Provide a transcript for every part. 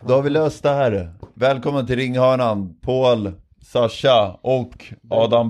Då har vi löst det här. Välkommen till ringhörnan, Paul, Sasha och Adam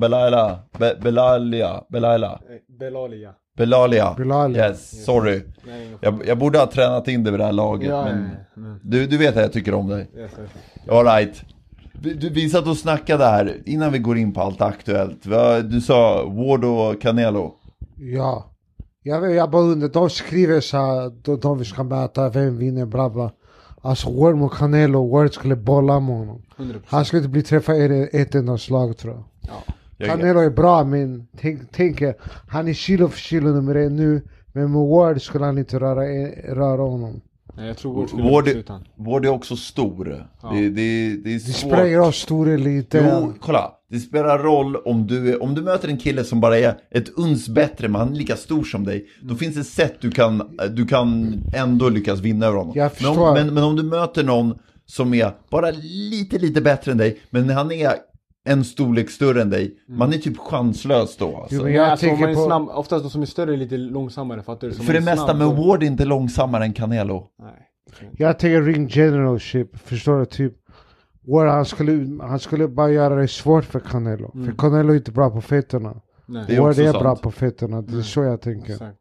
Belalia. Yes, sorry. Jag borde ha tränat in det vid det här laget, men du vet att jag tycker om dig. All right. Vi satt och snackade här innan vi går in på allt aktuellt. Du sa Ward och Canelo. Ja. Jag bara undrar, de skriver så här, de ska möta, vem vinner, bla bla. Alltså Ward mot Canelo, Ward skulle bolla med honom. 100%. Han skulle inte bli träffad i ett enda slag, tror jag. Ja. Canelo är bra, men tänk han är kilo för kilo nummer 1 nu. Men med Ward skulle han inte röra honom. Nej, jag tror Ward är också stor. Ja. Det är svårt. Det spelar ingen roll stor eller lite. Jo, kolla. Det spelar roll om du möter en kille som bara är ett uns bättre, men han är lika stor som dig. Då finns det sätt du kan ändå lyckas vinna över honom. Men om du möter någon som är bara lite bättre än dig, men han är en storlek större än dig. Man är typ chanslös då. Alltså. Jo, jag tänker på... snabb, oftast de som är större är lite långsammare. För det mesta med Ward är inte långsammare än Canelo. Nej. Jag tänker ring generalship. Förstår du? Typ Ward, han skulle bara göra det svårt för Canelo. För Canelo är inte bra på fötterna. Ward är bra på fötterna. Det är så jag tänker. Exakt.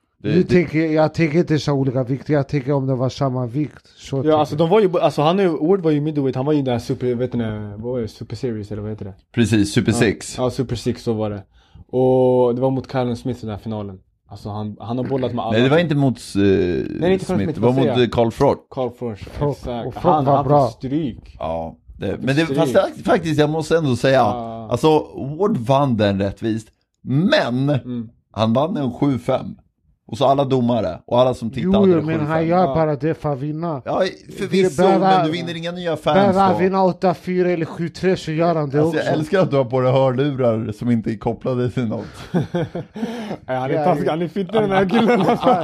Jag tänker inte så olika vikt. Jag tänker om det var samma vikt. Så ja, alltså de var ju, alltså Ward var ju middleweight. Han var ju där super series eller vad heter det? Precis, super 6. Ja, super 6 så var det. Och det var mot Callum Smith i den här finalen. Alltså han har bollat med alla. Nej, det var inte mot Smith. Det var mot Carl Froch. Exakt. Han var bra. Stryk. Ja, men det faktiskt jag måste ändå säga. Alltså Ward vann den rättvist. Men han vann en 7-5. Och så alla domare och alla som tittade. Jo, men han gör bara det för att vinna. Ja, förvisso, men du vinner inga nya fans då. Behöver han vinna 8-4 eller 7-3 så gör han det också. Jag älskar att du har på dig hörlurar som inte är kopplade till något. Han är fitt den här killen.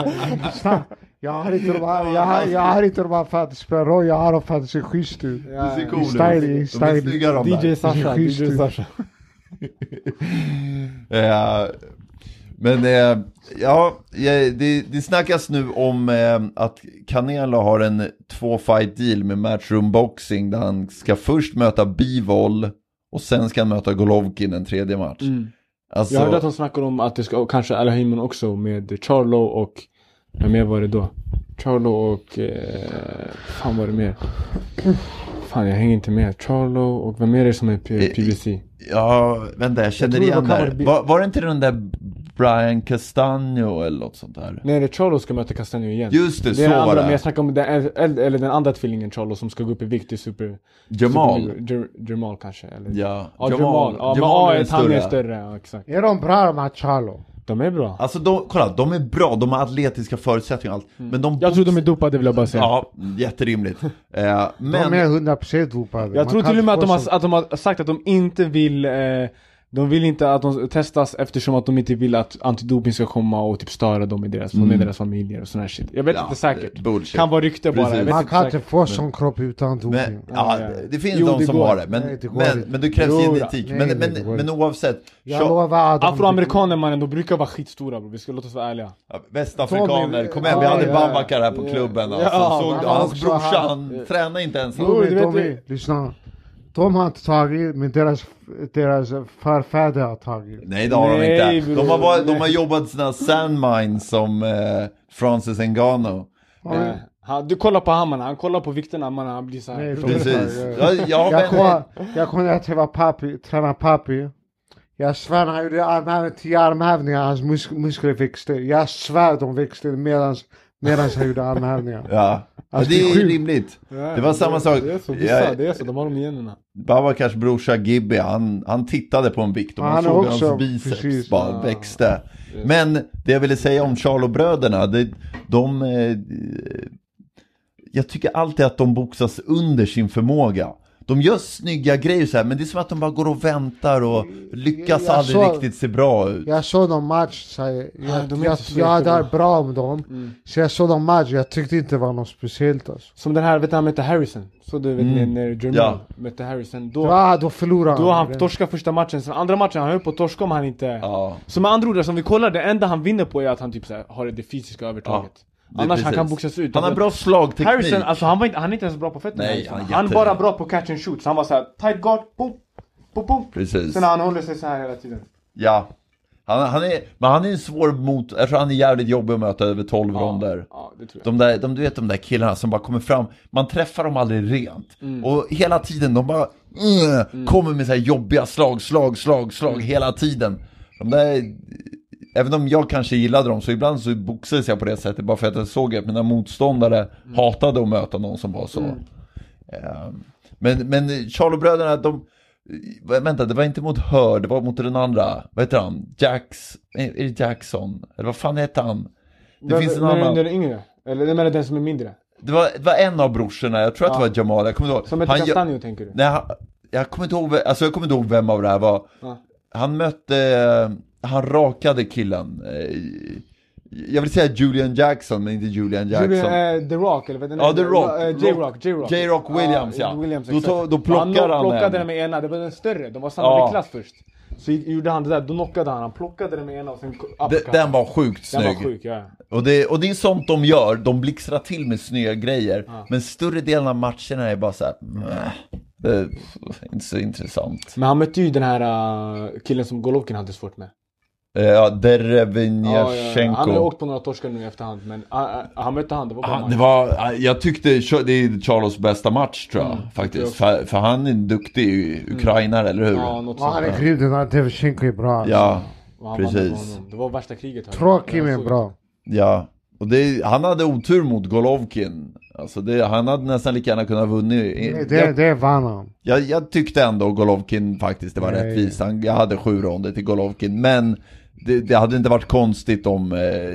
Jag har inte de här för att det spelar roll. Jag har dem för att det ser schysst ut. Det ser cool ut. DJ Sasha. Ja. Men det snackas nu om att Canelo har en 2-fight deal med Matchroom Boxing där han ska först möta Bivol och sen ska han möta Golovkin en tredje match. Alltså, jag hörde att han snackar om att det ska kanske Al-Haymon också med Charlo och vem var det då? Charlo och fan var det mer? Fan, jag hänger inte med. Charlo och vem är det som är PBC? Ja, vänta, jag känner igen där. Var det inte den där Brian Castano eller något sånt där? Nej, det är Charlo ska möta Castano igen. Just det, så var det. Men jag snackar om den andra tvillingen Charlo som ska gå upp i vikt i super... Jamal kanske. Eller? Ja, Jamal. Ja, men han är större, ja, exakt. Är de bra de här Charlo? De är bra. Alltså kolla, de är bra, de har atletiska förutsättningar och allt. Men jag tror de är dopade, vill jag bara säga. Ja, jätterimligt. Men de är 100% dopade. Jag tror till och med att de har sagt att de inte vill de vill inte att de testas eftersom att de inte vill att antidoping ska komma och typ störa dem i deras familjer och sån här shit. Jag vet inte säkert. Bullshit. Kan vara rykte bara. Jag vet man kan inte få sån kropp utan doping. Det finns de som har det. Men det krävs genetik. Men oavsett. Afroamerikaner mannen, de brukar vara skitstora bro. Vi ska låta oss vara ärliga. Västafrikaner, kom igen. Vi hade Babakar här på klubben. Hans brorsa, han tränar inte ens. Lyssna. De har inte tagit, men deras farfäder har tagit. Nej, det har de inte. De har jobbat sådana sandmines som Francis Ngannou. Du kollar på han kollar på vikterna, han blir så här. Precis. Jag kunde träna papi. Jag svär han gjorde 10 armhävningar, hans muskler växte. Jag svär de växte medan han gjorde armhävningar. Ja. Alltså, det är rimligt. Det var samma sak. Det är så, de har de generna. Babakars brorsa Gibby, han tittade på en vikt och man såg hans biceps bara växte. Men det jag ville säga om Charlo-bröderna, jag tycker alltid att de boxas under sin förmåga. De gör snygga grejer så här, men det är som att de bara går och väntar och lyckas aldrig riktigt se bra ut. Jag såg någon match, jag hade bra om dem. Så jag såg någon match, jag tyckte inte det var något speciellt. Alltså. Som den här, vet du, han mötte Harrison. Så du vet när Jamal mötte Harrison. Då förlorade han. Då han torskade första matchen. Sen andra matchen, han höll på att torska om han inte... Så med andra ord, som vi kollar, det enda han vinner på är att han typ så här, har det fysiska övertaget. Annars han kan boxas ut. Han har bra slagteknik. Harrison, alltså han är inte ens bra på fötterna. Nej, han är bara bra på catch and shoot. Så han var så här tight guard, boom, boom, boom. Precis. Sen han håller sig så här hela tiden. Ja. Han är en svår mot. Jag tror han är jävligt jobbig att möta över 12 ronder. Ja, det tror jag. Du vet de där killarna som bara kommer fram. Man träffar dem aldrig rent. Och hela tiden de bara kommer med så här jobbiga slag hela tiden. De där, även om jag kanske gillade dem, så ibland så boxades jag på det sättet bara för att jag såg att mina motståndare hatade att möta någon som var så. Men Charlo-bröderna, vänta, det var inte mot Hör, det var mot den andra. Vad heter han? Är det Jackson? Eller vad fan heter han? Det finns en annan. Den yngre? Eller det menar den som är mindre? Det var en av brorsorna, jag tror att det var Jamal. Jag kommer ihåg. Som heter Castanio, tänker du? Nej, jag kommer inte ihåg vem av det här var. Han mötte, han rakade killen. Jag vill säga Julian Jackson, men inte Julian Jackson. The Rock, eller vad den är? Ja, The Rock. J-Rock Williams, ja. Då plockade han den med ena, det var den större. De var samma klass först. Så gjorde han det där, då knockade han plockade den med ena och sen den var sjukt snygg. Den var sjuk, ja. Och det är sånt de gör, de blixtrar till med snygga grejer. Men större delen av matcherna är bara så här, inte så intressant. Men han mötte ju den här killen som Golovkin hade svårt med. Ja, Derevnyashenko. Han har åkt på några torskar nu i efterhand, men han mötte han, det var bra. Jag tyckte det är Charlos bästa match, tror jag, faktiskt. För han är en duktig ukrainare, eller hur? Ja, han är grym, den här Derevnyashenko är bra. Ja, precis. Det var värsta kriget. Tråkig men bra. Ja, och han hade otur mot Golovkin. Alltså han hade nästan lika gärna kunnat vunnit. Det vann han. Jag tyckte ändå Golovkin faktiskt, det var rättvist. Jag hade 7 ronder till Golovkin, men det hade inte varit konstigt om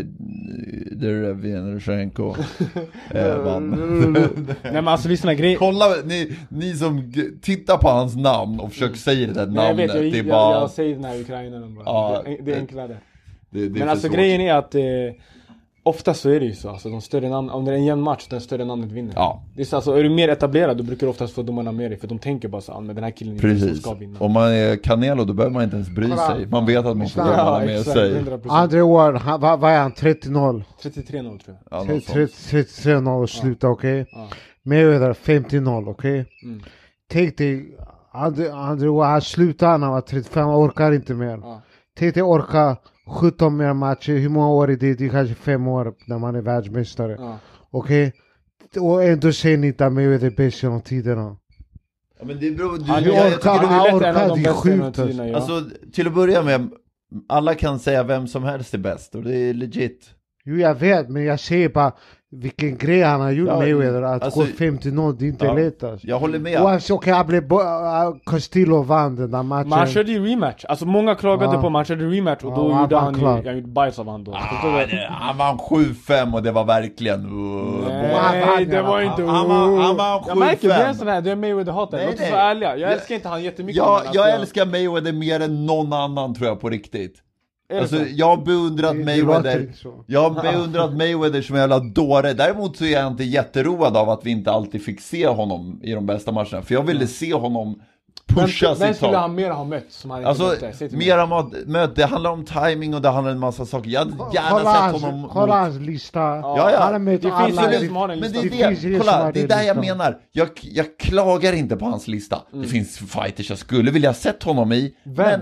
Derevnyashenko vann. Nej, men alltså lyssna, kolla, ni som tittar på hans namn och försöker säga det där namnet. Jag säger den här Ukrainaren bara. Ja, det är enklare. Men alltså grejen är att ofta så är det ju så, alltså, de större namn, om det är en jämn match, den större namnet vinner. Ja. Det är så, alltså, är du mer etablerad, då brukar du oftast få domarna med dig, för de tänker bara så, men den här killen som ska vinna. Om man är Canelo, då behöver man inte ens bry sig. Man vet att man får domarna med sig. Andra år, vad är han? 30-0? 33-0 tror jag. 33-0 och sluta, okej? Mayweather 50-0, okej? Tänk dig, andra år, han slutar när han var 35, han orkar inte mer. Tänk dig orka 17 mer matcher, hur många år är det? Det är kanske 5 år när man är världsmästare. Okej? Och ändå säger ni inte att Mayweather är bäst genom tiderna. Ja, men det beror... Han orkar, det är sjukt. Alltså, till att börja med, alla kan säga vem som helst är bäst, och det är legit. Jo, jag vet, men jag säger bara vilken grej han har gjort Mayweather, att alltså, gå 50-0, det är inte lätt alltså. Jag håller med. Och han blev Castillo vann den där matchen. Men han körde ju rematch, alltså många klagade på matchen, körde rematch och då gjorde han ju bajs av han då. Han vann 7-5 och det var verkligen nej, det var inte han vann 7-5. Jag märker det är sån här, du är Mayweather hatar, låt oss vara ärliga. Jag älskar inte han jättemycket. Jag älskar Mayweather mer än någon annan, tror jag, på riktigt. Alltså, jag har beundrat Mayweather som en jävla dåre. Däremot så är jag inte jätteroad av att vi inte alltid fick se honom i de bästa matcherna. För jag ville se honom pusha sitt. Vem skulle han mer ha mött som han inte mötte? Mera det handlar om timing och det handlar om en massa saker. Jag hade gärna sett honom. Kolla hans lista. Ja. Det finns ju som har en lista. Men det är det jag menar. Jag klagar inte på hans lista. Det finns fighters jag skulle vilja sett honom i. Vem?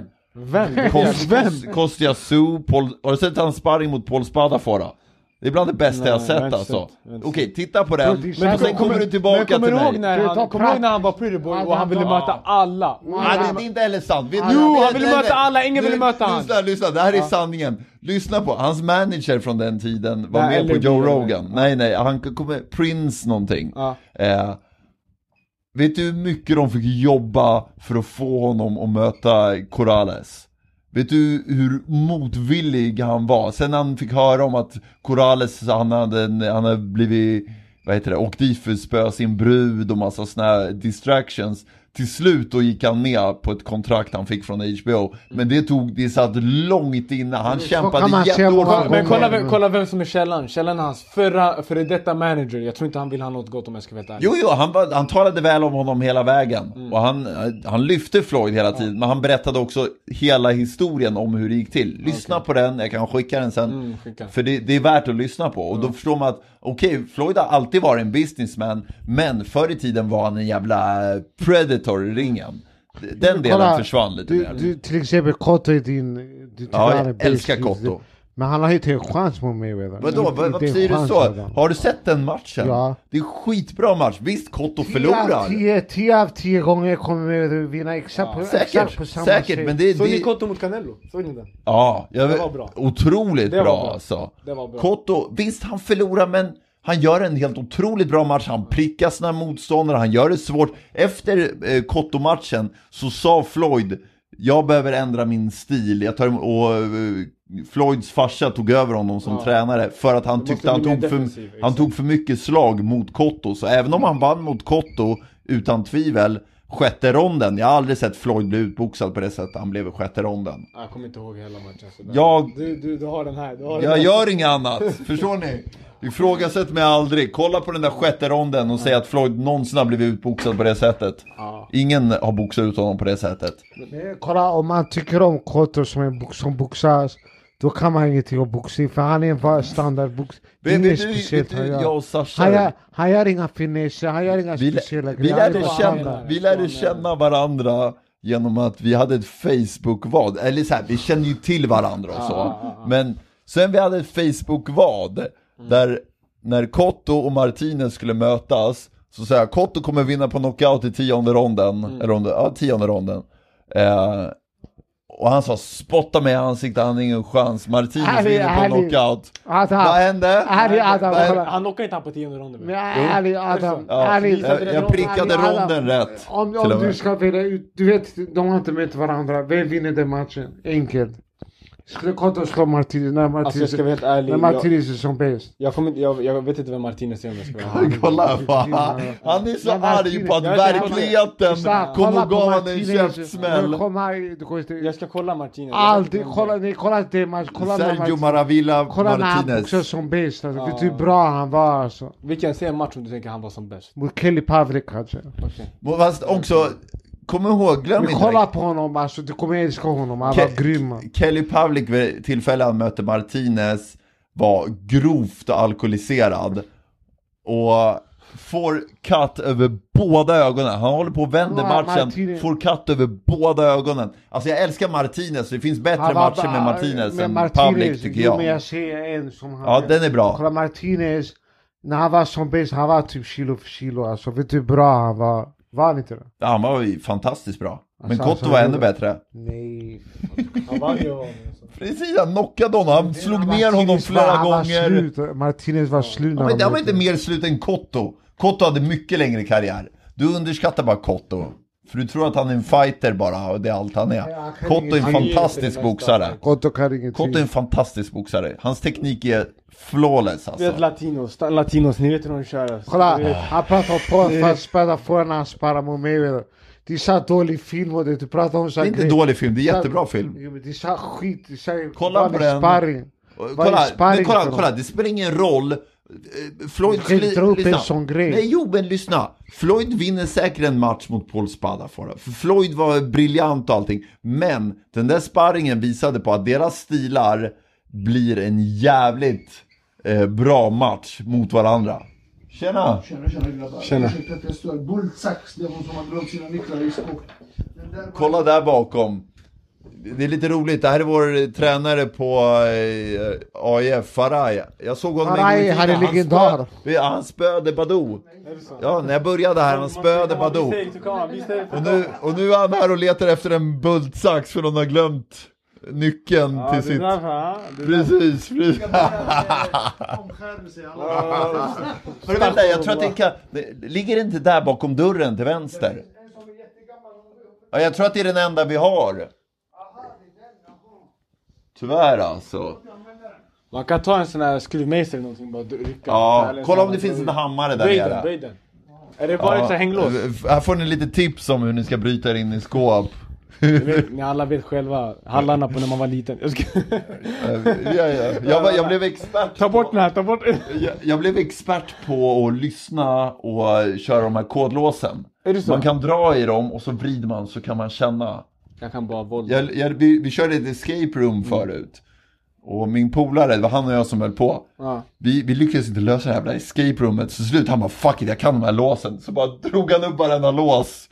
Kostya Tszyu, har du sett hans sparring mot Paul Spadafora? Det är bland det bästa jag sett alltså. Okej, titta på den. Men sen kommer du tillbaka till mig. Kommer du ihåg när han var pretty boy och han ville möta alla? Nej, det är inte heller sant. Han ville möta alla, ingen ville möta han. Lyssna, det här är sanningen. Lyssna på, hans manager från den tiden var med på Joe Rogan. Nej, han kommer Prince någonting. Vet du hur mycket de fick jobba för att få honom att möta Corrales? Vet du hur motvillig han var? Sen han fick höra om att Corrales, han hade blivit, åkt dit för spö sin brud och massa såna här distractions. till slut då gick han med på ett kontrakt han fick från HBO. Men det satt långt innan. Han kämpade jättehårt. Men kolla vem som är källan. Källan är hans före detta manager. Jag tror inte han vill ha något gott om jag ska veta. Jo, han talade väl om honom hela vägen. Och han lyfte Floyd hela tiden. Men han berättade också hela historien om hur det gick till. Lyssna på den, jag kan skicka den sen. För det är värt att lyssna på. Och då förstår man att Floyd har alltid varit en businessman. Men förr i tiden var han en jävla predator i ringen. Den delen försvann lite mer. Du till exempel Cotto är din... jag älskar Cotto. Men han har inte en chans mot Mayweather. Vadå? Vad säger du så? Har du sett den matchen? Ja. Det är en skitbra match. Visst, Cotto förlorar. 10 av 10 gånger kommer Mayweather vinna exakt på samma säkert, men det... Såg ni Cotto mot Canelo? Såg ni den? Ja, det var bra. Otroligt bra alltså. Det var bra. Cotto, visst han förlorar, men han gör en helt otroligt bra match. Han prickar sina motståndare, han gör det svårt. Efter Cotto-matchen så sa Floyd, jag behöver ändra min stil. Floyds farsa tog över honom som tränare för att han tyckte han tog för mycket slag mot Cotto. Så även om han vann mot Cotto utan tvivel sjätte ronden. Jag har aldrig sett Floyd bli utboxad på det sättet han blev i sjätte ronden. Jag kommer inte ihåg hela matchen. Du har den här. Jag gör inget annat. Förstår ni? Ifrågasätt mig aldrig. Kolla på den där sjätte ronden och säg att Floyd någonsin har blivit utboxad på det sättet. Ingen har boxat ut honom på det sättet. Kolla, om man tycker om Cotto som boxas, då kan man ingenting att boxning, för han är bara standardbox. Inget speciellt han gör inga finisher, han gör inga speciella grejer. Vi lärde känna varandra genom att vi hade ett Facebook-vad. Eller så här, vi kände ju till varandra och så. Men sen vi hade ett Facebook-vad där när Cotto och Martinez skulle mötas, så säger jag, Cotto kommer vinna på knockout i 10:e ronden. Eller 10:e ronden. Och han sa, spotta mig i ansiktet, han har ingen chans. Martinez vinner på knockout. Vad hände? Han knockade inte han på 10:e ronden. Jag prickade ronden rätt. Om du ska välja ut, du vet, de har inte mött varandra. Vem vinner den matchen? Enkelt. Skulle Cotto slå Martinez när Martinez är som bäst? Jag vet inte vem Martinez är om jag ska vara. Kolla, han är så arg på att verkligheten kommer gå honom en käftsmäll. Jag ska kolla Martinez. Kolla det match. Sergio Maravilla Martinez. Kolla när han boxade som bäst. Vet du hur bra han var alltså. Vilken ser match om du tänker han var som bäst? Mot Kelly Pavlik kanske. Fast också... Kom ihåg, glöm inte. Kolla på honom, alltså, du kommer älska honom. Han var grym. Kelly Pavlik vid tillfället han mötte Martinez var grovt alkoholiserad och får katt över båda ögonen. Han håller på att vända matchen, får katt över båda ögonen. Alltså jag älskar Martinez, det finns bättre matcher med Martinez än Pavlik tycker jag. Men jag ser en som han. Ja, den är bra. Kolla Martinez, när han var som bäst, han var typ kilo för kilo. Alltså vet du hur bra han var? Var han inte det? Ja, han var ju fantastiskt bra. Men Cotto var ännu bättre. Nej. Han var ju honom. Precis, han knockade honom. Han slog ner honom flera gånger. Martinez var slut. Han var inte mer slut än Cotto. Cotto hade mycket längre karriär. Du underskattar bara Cotto. För du tror att han är en fighter bara och det är allt han är. Cotto är en fantastisk boxare. Cotto är en fantastisk boxare. Hans teknik är flawless alltså. Vi vet latinos, ni vet hur de kör. Kolla, han pratar på för att spela för när han sparar mot Mayweather. Det är så dålig film och det du pratar om så. Det är inte dålig film, det är jättebra film. Jo, men det är så skit, det är så. Kolla på den. Sparring. Kolla, det spelar ingen roll. Floyd lyssna. Floyd vinner säkert en match mot Paul Spadafora. För Floyd var briljant och allting. Men den där sparringen visade på att deras stilar blir en jävligt bra match mot varandra. Tjena grabbar. Bullsax, det är hon som har dragit sina nycklar i skog. Kolla där bakom. Det är lite roligt. Det här är vår tränare på AIF, Faraj. Jag såg honom Faraj hade legendar. Han spöade Badou. Ja, när jag började här, han spöade Badou. Och nu är han här och letar efter en bultsax för de har glömt nyckeln till sitt... Precis. Jag tror att det ligger inte där bakom dörren till vänster. Ja, jag tror att det är den enda vi har. Tyvärr alltså. Man kan ta en sån här skruvmejsel eller någonting bara rycka. Ja, kolla om det finns en hammare där nere. Böj den. Är det bara ett hänglås? Här får ni lite tips om hur ni ska bryta er in i skåp. Ni alla vet själva hallarna på när man var liten. Jag blev expert. Ta bort den här, ta bort. Jag blev expert på att lyssna och köra de här kodlåsen. Är det så? Man kan dra i dem och så vrider man så kan man känna. Jag kan bara vålda. Vi körde ett escape room förut. Och min polare, det var han och jag som höll på. Vi lyckades inte lösa det här jävla escape roomet. Så slut han bara, fuck it, jag kan de här låsen. Så bara drog han upp varenda lås.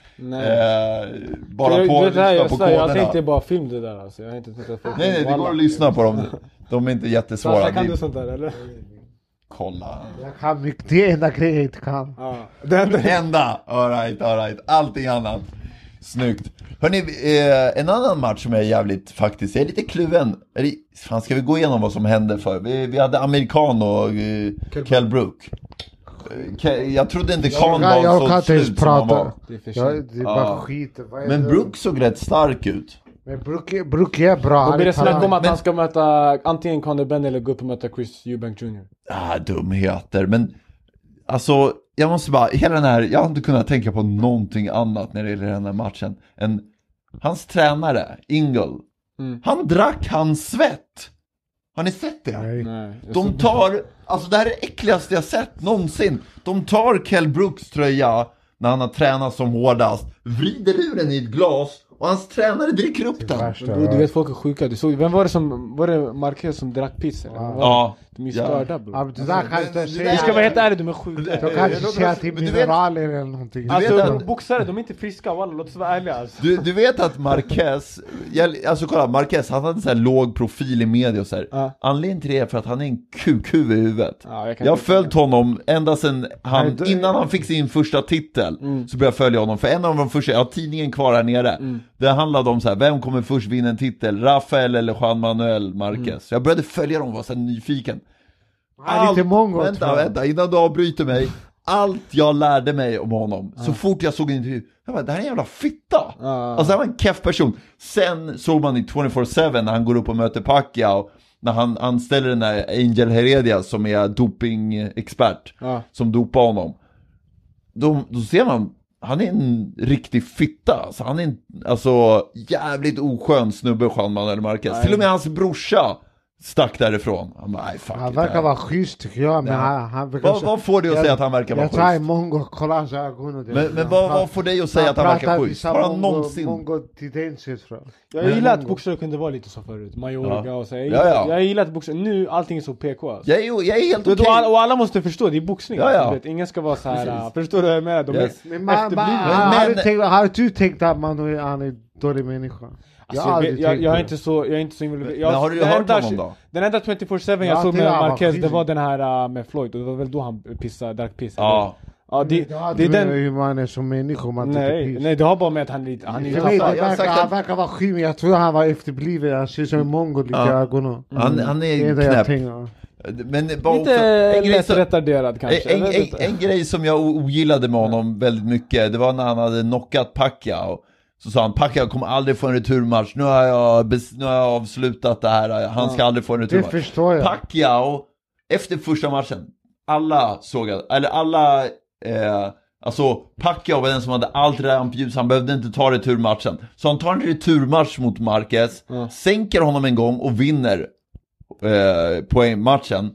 Bara på att lyssna på koderna. Jag tänkte bara film det där alltså. Jag har inte tittat på Nej, det går att lyssna på dem. De är inte jättesvåra. Sasha, kan du sånt där eller? Kolla. Jag kan mycket, det är enda grejen jag inte kan. Enda, all right. Allting annat. Snyggt. Hörrni, en annan match som är jävligt faktiskt, jag är lite kluven. Fan, ska vi gå igenom vad som hände för? Vi hade Amerikan och Kell Brook. Jag trodde inte Khan var så slut som han var. Det är bara skit. Men Brook såg rätt stark ut. Men Brook är bra. Då blir det snack om att han ska möta antingen Conor Benn eller gå upp och möta Chris Eubank Jr. Dumheter. Men alltså, jag måste bara, hela den här, jag har inte kunnat tänka på någonting annat när det gäller den här matchen än hans tränare, Ingle. Han drack hans svett. Har ni sett det? Nej. De tar, alltså det här är det äckligaste jag sett någonsin. De tar Kell Brooks tröja när han har tränat som hårdast, vrider ur den i ett glas och hans tränare dricker upp den. Du vet, folk är sjuka. Du såg, vem var det som, var det Marquez som drack piss? Ja. De är störda, bro. Det där kan inte säga. Vi ska vara helt ärliga, de är sjuka. De kan inte säga till mineraler eller någonting. Alltså, boxare, de är inte friska. Låt oss vara ärliga alltså. Du vet att Marquez, alltså kolla, Marquez, han hade en sån här låg profil i media och så här. Anledningen till det är för att han är en kukhuvud i huvudet. Jag har följt honom ända sedan innan han fick sin första titel. Så började jag följa honom. För en av de första, jag har tidningen kvar här nere. Det handlade om så här, vem kommer först vinna en titel? Rafael eller Juan Manuel Marquez? Jag började följa dem och var så nyfiken. Lite mongo, vänta, innan du avbryter mig. Allt jag lärde mig om honom, så fort jag såg en intervju, jag bara, det här är en jävla fitta. Alltså han var en keff person. Sen såg man i 24/7 när han går upp och möter Pacquiao, när han anställer den där Angel Heredia som är dopingexpert, som dopar honom. Då ser man, han är en riktig fitta. Alltså, han är en jävligt oskön snubbe, Juan Manuel Marquez. Till och med hans brorsa stack därifrån. Han bara, han verkar vara schysst tycker jag. Men vad får dig att säga att han verkar vara schysst? Jag tar mongo, kolla hans ögon. Men vad får dig att säga att han verkar schysst? Har han någonsin? Jag gillar att boxare kunde vara lite så förut. Majorga och så. Jag gillar att boxare, nu allting är så PK alltså. Jag är helt okej. Och alla måste förstå, det är boxning. Vet, ingen ska vara så här. Förstår du vad jag menar? De är efterblivna. Har du tänkt att han är dålig människa? Alltså, jag är inte så involverad. Men har du hört honom då? Den enda 24/7 jag såg med Marquez, det var den här med Floyd. Och det var väl då han drack piss. Ja, det är den hur man är som människa. Nej, det har bara med att han verkar vara skym. Jag tror han var efterbliven. Han ser som en mongo lite i ögonen. Han är knäpp. Men lite lätt retarderad kanske. En grej som jag ogillade med honom väldigt mycket, det var när han hade knockat Pacquiao. Så sa han, Pacquiao kommer aldrig få en returmatch. Nu har jag avslutat det här. Han ska aldrig få en returmatch. Det förstår jag. Pacquiao, efter första matchen, alla såg att, eller alla alltså Pacquiao var den som hade allt rampljus. Han behövde inte ta returmatchen. Så han tar en returmatch mot Marquez, sänker honom en gång och vinner poängmatchen.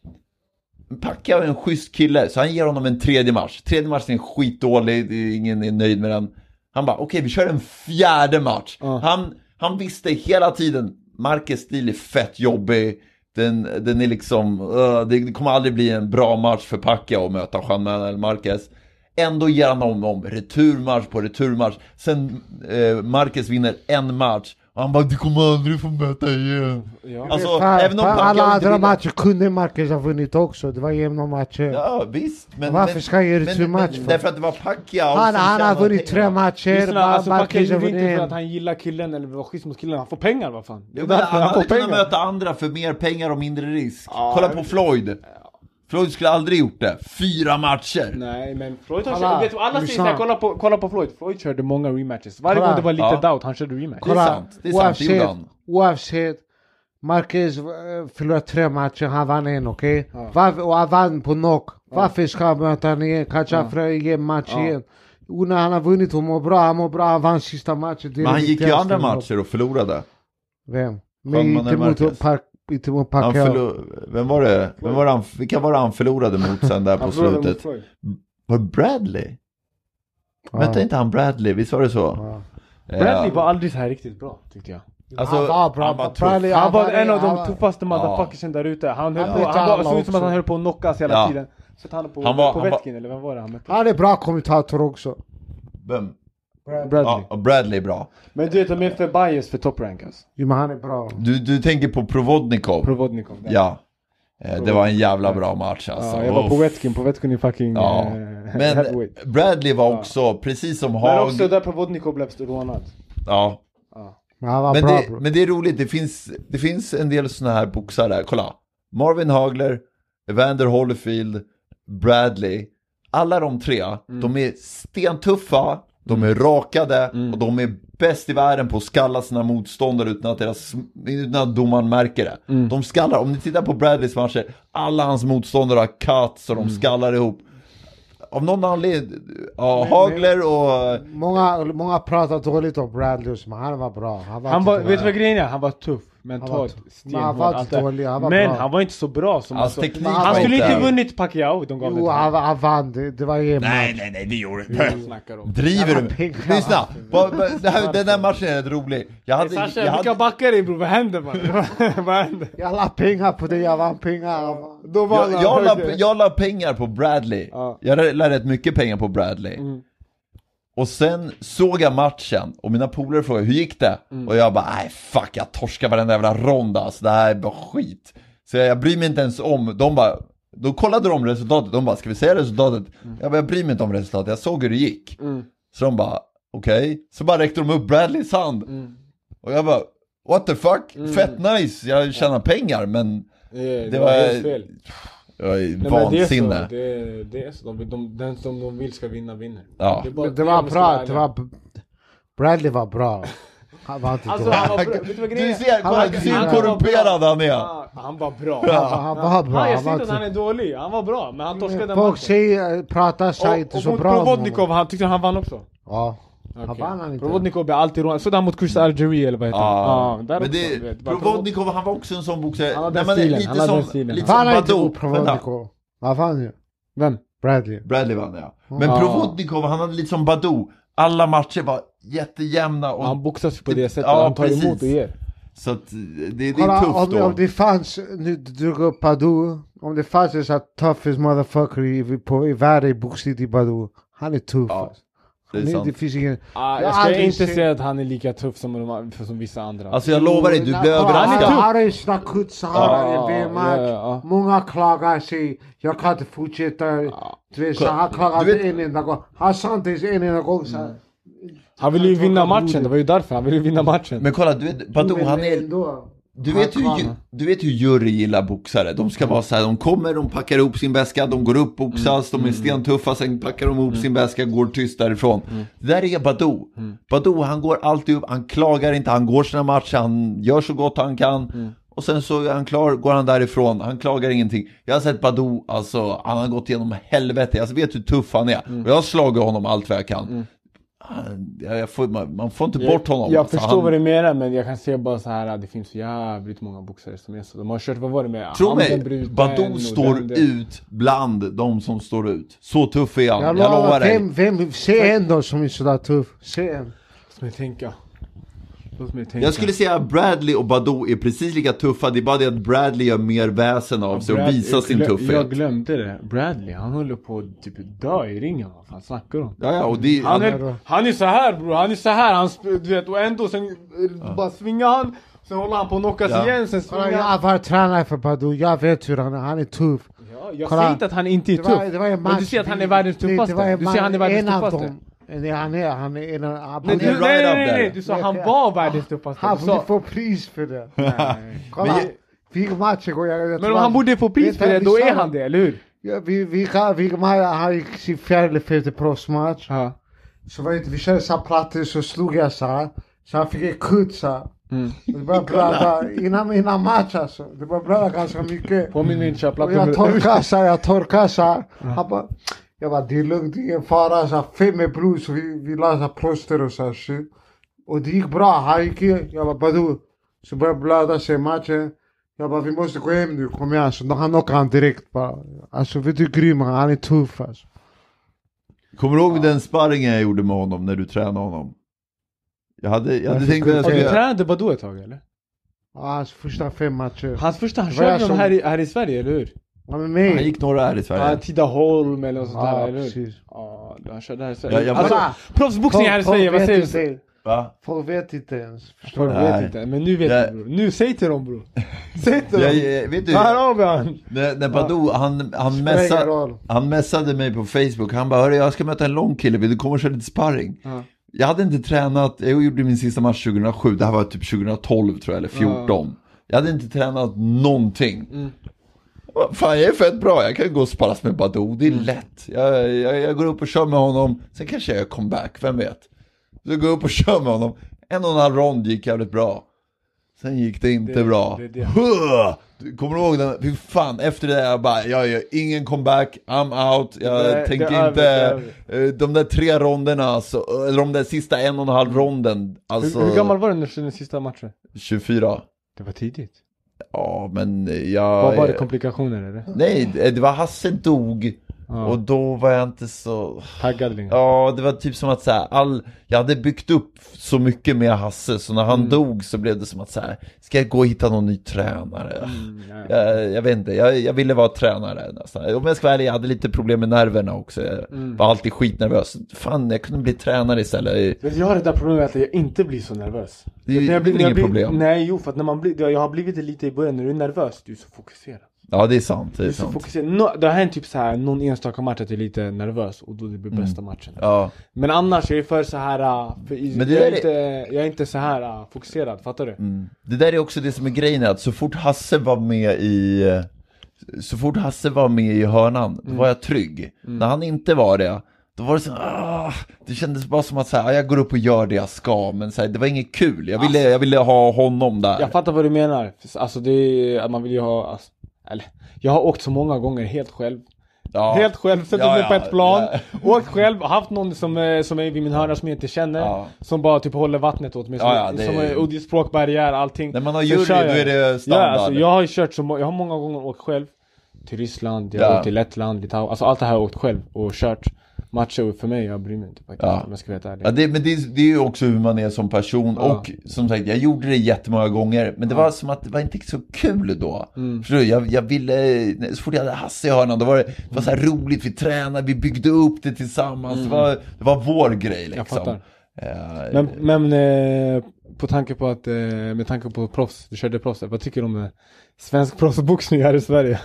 Pacquiao är en schysst kille, så han ger honom en tredje match. Tredje matchen är skitdålig, ingen är nöjd med den. Han bara, okej, vi kör en fjärde match. Han visste hela tiden, Marquez stil är fett jobbig. Den är liksom, det kommer aldrig bli en bra match för Pacquiao att möta Juan Manuel Marquez. Ändå ger han om returmatch på returmatch. Sen Marquez vinner en match. Och han bara, du kommer aldrig få möta igen. Alltså, även om alla andra matcher kunde Marquez ha vunnit också. Det var jämna matcher. Ja, visst. Men, varför ska jag göra returmatch? Därför att det var Pacquiao. Han har vunnit 3 matcher. Alltså, Marquez har vunnit för att han gillar killen eller var schysst mot killen. Han får pengar, vad fan. Han hade kunnat möta andra för mer pengar och mindre risk. Kolla på Floyd. Floyd skulle aldrig gjort det. 4 matcher. Nej, men Floyd har kört, alla säger såhär, kolla på Floyd. Floyd körde många rematches. Varje gång det var lite doubt, han körde rematch. Det är sant. Oavsett, Marquez förlorade 3 matcher, han vann en, okej? Och han vann på knock. Varför ska han möta han igen? Kanske han får en match igen. Och när han har vunnit och mår bra, han vann sista matchen. Men han gick ju andra matcher och förlorade. Vem? Men inte mot Pacquiao. Vem var det? Vilka var det han förlorade mot sen där på slutet? Var Bradley? Vänta, inte han Bradley, visst var det så? Bradley var aldrig så här riktigt bra, tyckte jag. Alltså, han var bra. Han var en av de tuffaste motherfuckersen där ute. Han såg ut som att han höll på att knockas hela tiden. Så han på Vetkin, eller vem var det han mötte? Han är bra kommentator också. Vem? Bradley. Ja, Bradley är bra. Men du vet, de är för bias för top rank alltså. Jo, men han är bra. Du tänker på Provodnikov. Ja. Det var en jävla bra match alltså. Ja, jag var på Vetkin i fucking men Bradley var också, precis som Hag. Men också där Provodnikov blev rånad. Ja. Men det är roligt, det finns en del såna här boxare där. Kolla, Marvin Hagler, Evander Holyfield, Bradley. Alla de tre, de är stentuffa, de är rakade och de är bäst i världen på att skalla sina motståndare utan att domaren märker det. De skallar, om ni tittar på Bradleys matcher, alla hans motståndare har cut så de skallar ihop. Av någon anledning, Hagler och... Många pratar dåligt om Bradley, men han var bra. Vet du vad grejen är? Han var tuff, mentalt stenhård. Men han var inte så bra som alltså, han skulle inte vunnit Pacquiao. Jo, han vann. Det var en Nej, det gjorde inte. Driver du? Lyssna, den där matchen är rolig. Vilka backar är, bror? Vad händer, man? Jag la pengar på det, jag vann pengar. Jag la pengar på Bradley. Jag la rätt mycket pengar på Bradley. Och sen såg jag matchen och mina polare frågade, hur gick det? Och jag bara, nej fuck, jag torskar varenda jävla rond alltså. Det här är bara skit. Så jag bryr mig inte ens om. Då kollade de resultatet. De bara, ska vi säga resultatet? Jag bryr mig inte om resultatet. Jag såg hur det gick. Så de bara, okej. Så bara räckte de upp Bradleys hand. Och jag bara, what the fuck? Fett nice. Jag tjänar pengar, men det var helt fel. Vansinne. Det är så. Den som de vill ska vinna vinner. Ja. Det var bra. Bradley var bra. Han var inte alltså, du ser hur korrumperad han är. Han var bra. Han var bra. Jag säger inte att han är dålig. Han var bra, men han torskade folk pratar sig inte så bra. Och Provodnikov, han tyckte han vann också. Ja. Okay. Provodnikov är alltid råd. Sådär mot Chris Algeri eller vad heter han? Provodnikov, han var också en sån boxare. Han hade stilen. Lite som Badou. Vad fan ju? Vem? Bradley vann, ja. Men Provodnikov, han hade lite som Badou. Alla matcher var jättejämna. Och han boxas på det sättet. Han tar emot och ger. Så att det är tufft då. Om det fanns, nu drog upp Badou. Om det fanns en sån toughest motherfucker i världen i boxning i Badou. Han är tuff. Ja. Det finns ingen... jag ska inte säga att han är lika tuff som vissa andra. Alltså jag lovar dig, du blir överraskad. Han är snackut många klagar sig. Jag kan inte fortsätta. Han klagade en enda gång. Han sa inte en enda gång. Han ville ju vinna matchen. Det var ju därför han ville vinna matchen. Men kolla, du vet, Badou, han är... Du vet hur jury gillar boxare. De ska vara så här, de kommer, de packar ihop sin väska, de går upp, boxas, de är stentuffa, sen packar de ihop sin väska, går tyst därifrån. Det där är Badou. Badou, han går alltid upp, han klagar inte, han går sina matcher, han gör så gott han kan. Och sen så är han klar, går han därifrån, han klagar ingenting. Jag har sett Badou, alltså han har gått igenom helvete, jag vet hur tuff han är. Och jag har slagit honom allt vad jag kan. Man får inte bort honom. Jag förstår vad du menar, men jag kan se bara så här att det finns jävligt många boxare som är så. De har kört, vad var det med? Tro mig, Badou står ut bland de som står ut. Så tuff är han, jag lovar dig. Vem ser en då som är sådär tuff? Se en. Låt mig tänka. Jag skulle säga att Bradley och Badou är precis lika tuffa. Det är bara det att Bradley gör mer väsen av sig och visar sin tuffhet. Jag glömde det. Bradley, han håller på att typ dö i ringen. Vad fan snackar om? Ja, och det, han är så här, bro. Han är så här. Han, du vet, och ändå sen bara svingar han. Sen håller han på att knockas igen. Sen svingar jag har varit tränare för Badou. Jag vet hur han är tuff. Ja, jag säger inte att han inte är tuff. Men du ser att han är världens tuffaste. Du ser han är världens tuffaste. Nej, du sa han var världens tuffaste. Han borde få pris för det. Men om han borde få pris för det, då är han det, eller hur? Han gick sin 4:e eller 5:e proffsmatch. Så vi körde så plattor, så slog jag så han fick en kutt så. Det börjar blöda innan match alltså. Det börjar blöda ganska mycket. På min och jag torkar så här. Jag bara, det är lugnt, det är ingen fara. Så här, 5 med blod, så vi la plåster och så här shit. Och det gick bra, han gick in. Jag bara, Badou. Så började blöda sig matchen. Jag bara, vi måste gå hem nu, kom igen. Så han knockade han direkt bara. Alltså vet du, grym, han är tuff alltså. Kommer du ihåg den sparringen jag gjorde med honom när du tränade honom? Jag hade tänkt att du tränade Badou ett tag eller? Ja, hans första 5 matcher. Han körde de här i Sverige, eller hur? Ja, med mig. Han gick några här i Sverige. Ja, Tidaholm eller något sånt där, eller hur? Precis. Ja, han körde här i Sverige. Jag alltså, proffsboxning här i Sverige, vad säger du? Va? Folk vet inte ens. Folk vet inte, men nu vet du, bror. Nu, säg till dem, bror. Säg till dem. Vet du, här har vi han. När Badou, han messade mig på Facebook. Han bara, hörru, jag ska möta en lång kille, vill du komma och köra lite sparring? Jag hade inte tränat, jag gjorde min sista match 2007. Det här var typ 2012 tror jag, eller 14. Jag hade inte tränat någonting. Fan, jag är fett bra, jag kan gå och sparras med Badou. Det är lätt, jag går upp och kör med honom. Sen kanske jag gör comeback, vem vet. Så jag går upp och kör med honom. 1,5 rond gick jävligt bra. Sen gick det inte bra. Kommer du ihåg den? Fy fan, efter det jag bara, jag gör ingen comeback, I'm out. Jag tänker inte de där 3 ronderna alltså, eller de där sista 1,5 ronden alltså. Hur gammal var du när den sista matchen? 24. Det var tidigt. Ja, men Vad var det, komplikationer eller? Nej, det var Hasse dog. Och då var jag inte så taggad längre. Ja, det var typ som att så här, jag hade byggt upp så mycket med Hasse, så när han dog så blev det som att så här, ska jag gå och hitta någon ny tränare? Jag vet inte, jag ville vara tränare nästan. Om jag ska vara ärlig, jag hade lite problem med nerverna också. Jag var alltid skitnervös. Fan, jag kunde bli tränare istället. Jag har det där problemet att jag inte blir så nervös. Det blir inget problem. Nej, jo, för att när man blir, jag har blivit det lite i början. När du är nervös, du är så fokuserad. Ja, det är sant. Det är så fokuserad. Det har hänt typ så här, någon enstaka match att jag är lite nervös och då det blir bästa matchen. Ja. Men annars är det för så här, jag är inte så här fokuserad, fattar du? Det där är också det som är grejen, att så fort Hasse var med i hörnan, då var jag trygg. När han inte var det, då var det så det kändes bara som att så här, jag går upp och gör det jag ska, men så här, det var inget kul. Jag ville ha honom där. Jag fattar vad du menar. Alltså det är att man vill ju ha, alltså, eller jag har åkt så många gånger helt själv. Helt själv, suttit mig på ett plan, åkt själv, haft någon som är vid min hörna som jag inte känner, som bara typ håller vattnet åt mig, som är språkbarriär, allting. När man har jury, då är det standard. Alltså, jag har ju kört jag har många gånger åkt själv till Ryssland, jag har åkt till Lettland, Litauen, alltså allt det här har jag åkt själv och kört matcher för mig, jag bryr mig inte faktiskt, om jag ska veta ärligt. Men det är ju också hur man är som person, och som sagt, jag gjorde det jättemånga gånger, men det var som att det var inte så kul då. Förstår du? Jag ville, så fort jag hade Hasse i hörnan, då var det var så här roligt, vi tränade, vi byggde upp det tillsammans, det var vår grej liksom. Jag fattar. Men på tanke på att med tanke på proffs, du körde proffs, vad tycker du om svensk proffsboxning här i Sverige?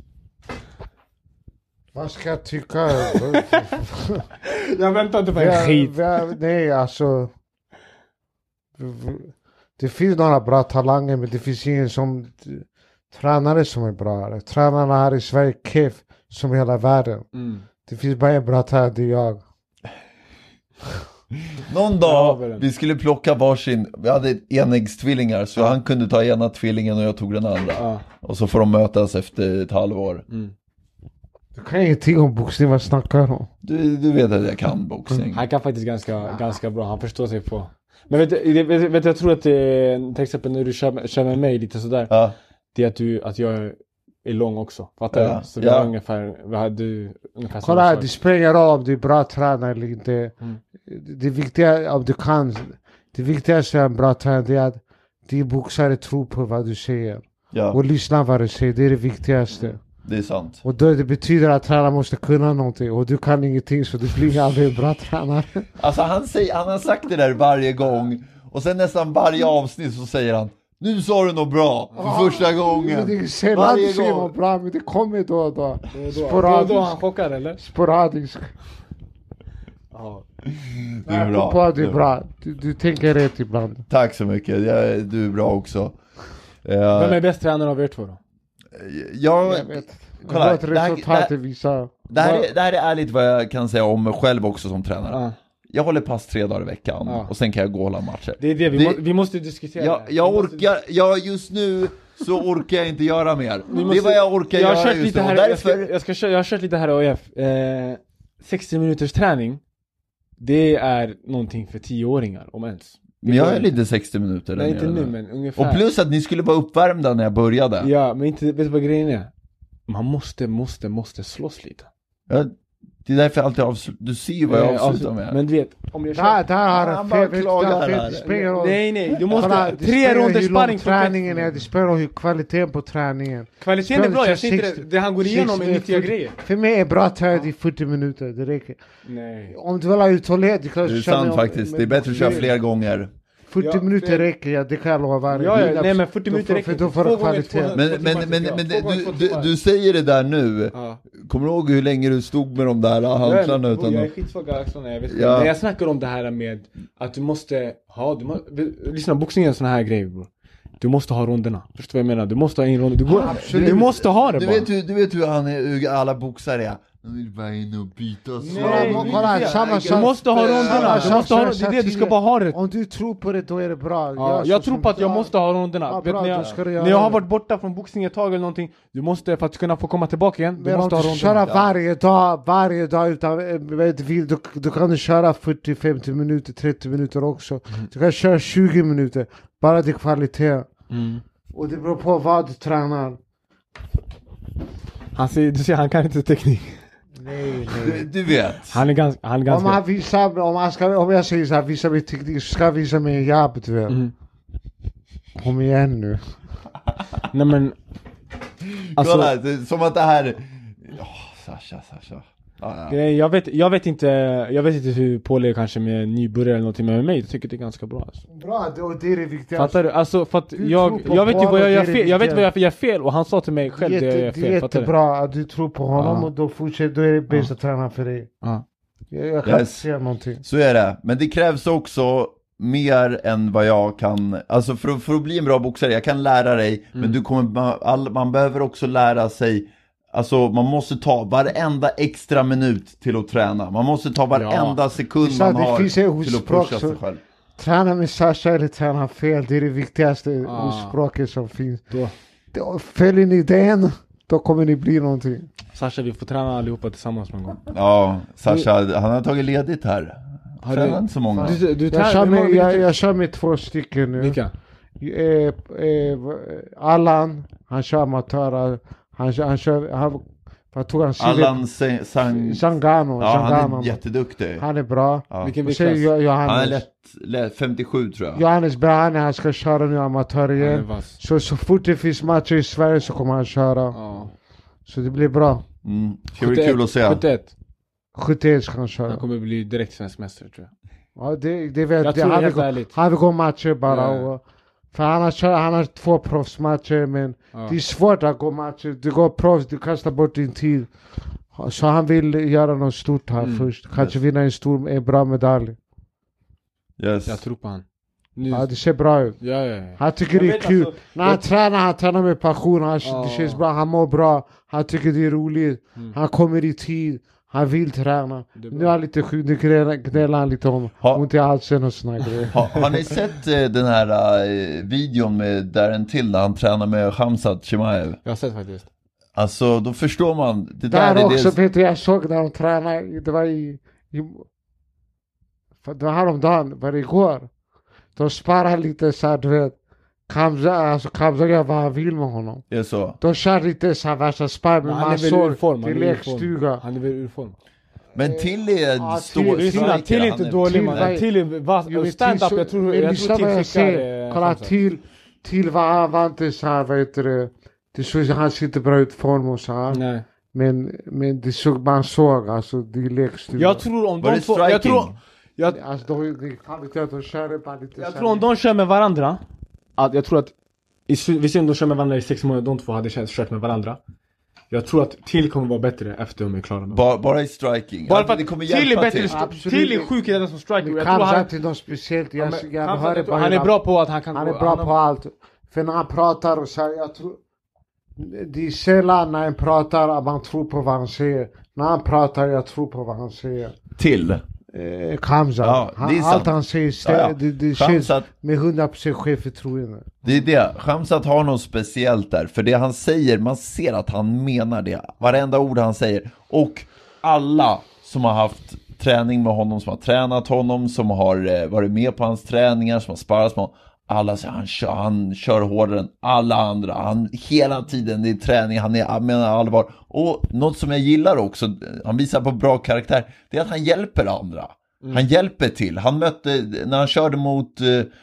Vad ska jag tycka? Jag väntar inte på en skit. Nej, alltså. Det finns några bra talanger, men det finns ingen som tränare som är bra. Tränarna här i Sverige kef som i hela världen. Det finns bara en bra tränare, det är jag. Någon dag, vi skulle plocka varsin. Vi hade enäggstvillingar, så han kunde ta ena tvillingen och jag tog den andra. Och så får de mötas efter ett halvår. Du kan ingenting om boxning, vad snackar om? Du vet att jag kan boxning. Han kan faktiskt ganska bra, han förstår sig på. Men vet jag tror att till exempel när du kör med mig lite sådär, det är att jag är lång också, fattar du? Så vi har ungefär kolla här, det spelar ingen roll om du är bra tränare eller inte. Det viktiga, om du kan, det viktigaste är en bra tränare, det är att de boxare tror på vad du säger. Och lyssna vad du säger, det är det viktigaste. Det är sant. Och då det betyder att tränaren måste kunna någonting, och du kan ingenting, så du blir aldrig en bra tränare. Alltså han har sagt det där varje gång, och sen nästan varje avsnitt så säger han, nu sa du något bra för första gången. Det är sällan du säger något bra, men det kommer då och då. Sporadiskt. Då han chockar, eller? Sporadiskt. Det är bra. Det är bra. Du tänker rätt ibland. Tack så mycket, du är bra också. Vem är bäst tränare av er två då? Jag vet. Kolla, det här är ärligt vad jag kan säga om mig själv också som tränare. jag håller pass 3 dagar i veckan. Och sen kan jag gå och hålla matcher. Det är det, vi måste diskutera. Just nu så orkar jag inte göra mer. Det är vad jag orkar göra just nu. Jag har kört lite här i AF. 60 minuters träning, det är någonting för 10-åringar om ens. Men jag är lite 60 minuter. Nej, inte nu, men ungefär. Och plus att ni skulle vara uppvärmda när jag började. Ja, men inte, vet du vad grejen är? Man måste slåss lite. Ja, det är därför jag alltid du ser ju vad jag avslutar med. Men du vet, om jag kör... Där har Nej, du måste... 3 ronder sparring på träningen är. Det spelar hur kvaliteten på träningen. Kvaliteten är bra, jag ser inte det han går igenom är nyttiga grejer. För mig är bra träning i 40 minuter, det räcker. Nej. Om du vill ha uthållighet, det är sant faktiskt, det är bättre att köra fler gånger. 40 minuter räcker, det kan jag lova. Nej, men 40 minuter räcker. Då får du kvalitet. Men du säger det där nu. Kommer du ihåg hur länge du stod med de där handlarna? Jag är skitsvag axlarna, jag vet. Men jag snackar om det här med att du måste ha... Lyssna, boxning är en sån här grej, bro. Du måste ha ronderna. Förstår vad jag menar? Du måste ha en rond. Du måste ha det bara. Du vet hur alla boxare är. De vill bara in och byta. Du måste ha ronderna. Det är det, du ska bara ha det. Om du tror på det, då är det bra. Jag tror på att jag måste ha ronderna. När jag har varit borta från boxning ett tag eller någonting, du måste, för att kunna få komma tillbaka igen, du måste ha ronderna. Köra varje dag utan du kan köra 40-50 minuter, 30 minuter också. Du kan köra 20 minuter. Bara det kvalitet. Och det beror på vad du tränar. Du ser, han kan inte teknik. Nej. Du vet. Han är ganska... Om jag säger så här, visa mig teknik, så ska jag visa mig jobb, du vet. Kom igen nu. Nej, men... Alltså... Kolla, som att det här... Sasha. Jag vet inte hur Paul är kanske med nybörjare eller någonting, med mig. Jag tycker det är ganska bra. Alltså. Bra, det är det viktigaste. Fattar du? Alltså, för att jag vet ju vad jag gör fel. Jag vet vad jag gör fel, och han sa till mig själv det jag gör fel. Det är jättebra att du tror på honom, och då fortsätter, då är det bästa tränaren för dig. Jag kan inte säga någonting. Så är det. Men det krävs också mer än vad jag kan. Alltså för att bli en bra boxare, jag kan lära dig, men man behöver också lära sig. Alltså man måste ta varenda extra minut till att träna. Man måste ta varenda sekund man har till att pusha sig själv. Träna med Sasha eller träna fel, det är det viktigaste språket som finns. Följer ni den, då kommer ni bli någonting. Sasha, vi får träna allihopa tillsammans någon gång. Ja, Sasha, han har tagit ledigt här. Tränar inte så många. Jag kör med 2 stycken nu. Vilka? Allan, han kör amatörer. Allan Zangano. Han är jätteduktig. Han är bra. Vilken han är lätt 57 tror jag. Johannes Brahane, han ska köra nu amatör igen. Så fort det finns matcher i Sverige så kommer han köra. Så det blir bra. Det blir kul att se. 71 ska han köra. Han kommer bli direkt svensk mästare, tror jag. Ja, det vet jag. Han vill gå matcher bara. För han har 2 proffsmatcher, men det är svårt att gå matcher. Du går proffs, du kastar bort din tid. Så han vill göra något stort här först. Kanske vinna en bra medalj. Yes. Jag tror på han. Ja, det ser bra ut. Ja. Han tycker det är kul. Alltså, när han tränar med passion. Det känns bra, han mår bra. Han tycker det är roligt. Han kommer i tid. Han vill träna. Nu är han lite sjuk. Nu gnäller han lite om ont i halsen och såna grejer. Har ni sett den här videon med Darren Till där han tränar med Khamzat Chimaev? Jag har sett faktiskt. Alltså, då förstår man. Det där är också, Peter, jag såg när de tränar. Det var häromdagen. Var det igår? De sparar lite så här, du vet. Khamzat gör vad han vill med honom. Det är så. De kör lite så här värsta spar med massor till lekstuga. Han är väl ur form. Men Till är Till är inte dålig, man. Till är stand-up, jag tror Till skickar. Kolla, Till var inte så här, vad heter det. Det såg han sitter bra ut form och så här. Nej. Men det såg, man såg, alltså det är lekstuga. Jag tror om de två, jag tror om de kör med varandra. Jag tror att visserligen de kör med varandra i 6 månader, de två hade kört med varandra. Jag tror att Till kommer vara bättre efter de är klara med. Bara i striking. Bara för att det kommer Till är bättre. Till är sjuk i den som striker. Jag tror han till något speciellt. Han är bra på att han kan. Han är bra på allt. För när han pratar och så här, jag tror det är sällan när han pratar att man tror på vad han säger. När han pratar, jag tror på vad han säger. Till? Khamzat. Ja, Allt han säger det känns med 100% självförtroende. Det är det. Khamzat har något speciellt där. För det han säger, man ser att han menar det. Varenda ord han säger. Och alla som har haft träning med honom, som har tränat honom, som har varit med på hans träningar, som har sparrat med honom. Alla säger han kör hårdare än alla andra. Han hela tiden i träning, han menar allvar. Och något som jag gillar också, han visar på bra karaktär, det är att han hjälper andra. Han hjälper till. Han mötte, när han körde mot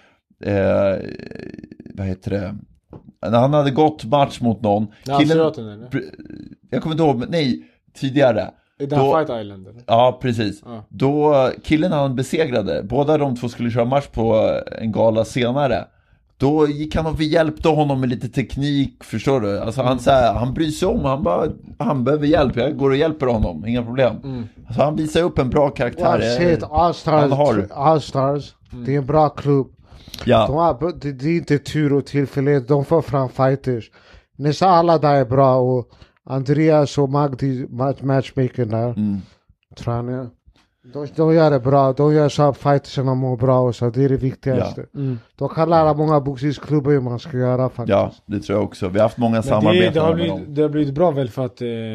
vad heter det? När han hade gått match mot någon. Killen, jag kommer inte ihåg, men nej, tidigare. I den Fight Island eller? Ja, precis. Då killen han besegrade, båda de två skulle köra match på en gala senare. Då gick han och vi hjälpte honom med lite teknik, förstår du? Alltså han bryr sig om, han behöver hjälp, jag går och hjälper honom, inga problem. Alltså han visar upp en bra karaktär. All-Stars, det är en bra klubb. Ja. Det är inte tur och tillfällighet, de får fram fighters. Nästan alla där är bra och Andreas och Magdi matchmaking där. Tränar. De gör det bra. De gör så att fightersarna mår bra och så. Det är det viktigaste. De kan lära många boxningsklubbar hur man ska göra faktiskt. Ja, det tror jag också. Vi har haft många samarbeten med dem. Det har blivit bra väl för att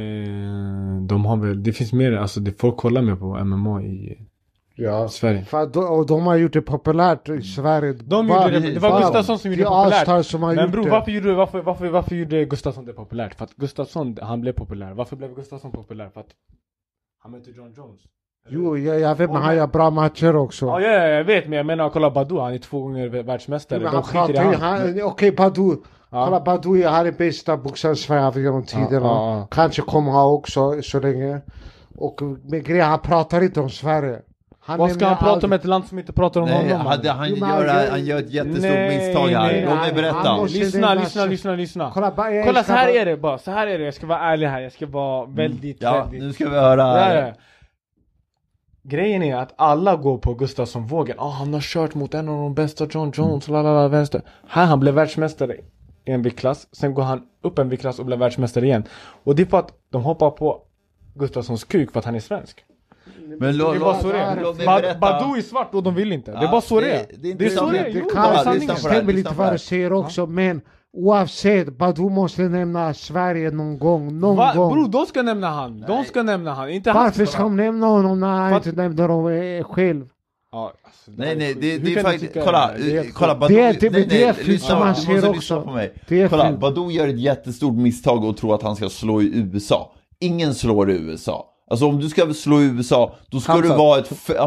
de har väl, det finns mer, alltså det folk kollar mer på MMA i Sverige. Och de har gjort det populärt i Sverige. Det var Gustafsson som gjorde det populärt. Men bror, varför gjorde Gustafsson det populärt? För att Gustafsson, han blev populär. Varför blev Gustafsson populär? För att han mötte John Jones. Jo, jag vet, men han gör bra matcher också. Ja, jag vet, men jag menar, kolla Badou, han är 2 gånger världsmästare. Okej, Badou. Kolla, Badou är den bästa boxaren Sverige genom tiderna. Kanske kommer han också så länge. Och med grejer, han pratar inte om Sverige. Vad ska han prata om ett land som inte pratar om honom? Han gör ett jättestort misstag här. Låt mig berätta. Lyssna. Kolla, så här är det bara. Så här är det. Jag ska vara ärlig här. Jag ska vara väldigt... nu ska vi höra. Grejen är att alla går på Gustafsson-vågen. Han har kört mot en av de bästa, John Jones. Vänster. Här han blev världsmästare i en viktklass. Sen går han upp en viktklass och blir världsmästare igen. Och det är för att de hoppar på Gustafssons kuk för att han är svensk. Men det är bara så det är. Badou är svart och de vill inte. Det är bara så det är. Det är så det är. Det stämmer lite vad du säger också. Men oavsett, Badou måste nämna Sverige någon gång. Bro, de ska nämna han. De ska nämna han. Inte varför ska de nämna honom när han inte nämner dem själv? Nej, det är faktiskt... Kolla, Badou... Det är fint som man ser också. Kolla, Badou gör ett jättestort misstag och tror att han ska slå i USA. Ingen slår i USA. Alltså om du ska slå i USA, då ska du vara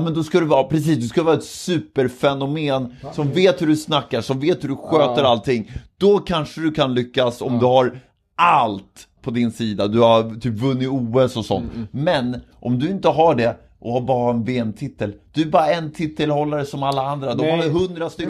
ett superfenomen som vet hur du snackar, som vet hur du sköter allting. Då kanske du kan lyckas om du har allt på din sida. Du har typ vunnit OS och sånt. Men om du inte har det och har bara en VM-titel, du är bara en titelhållare som alla andra. De har 100 stycken.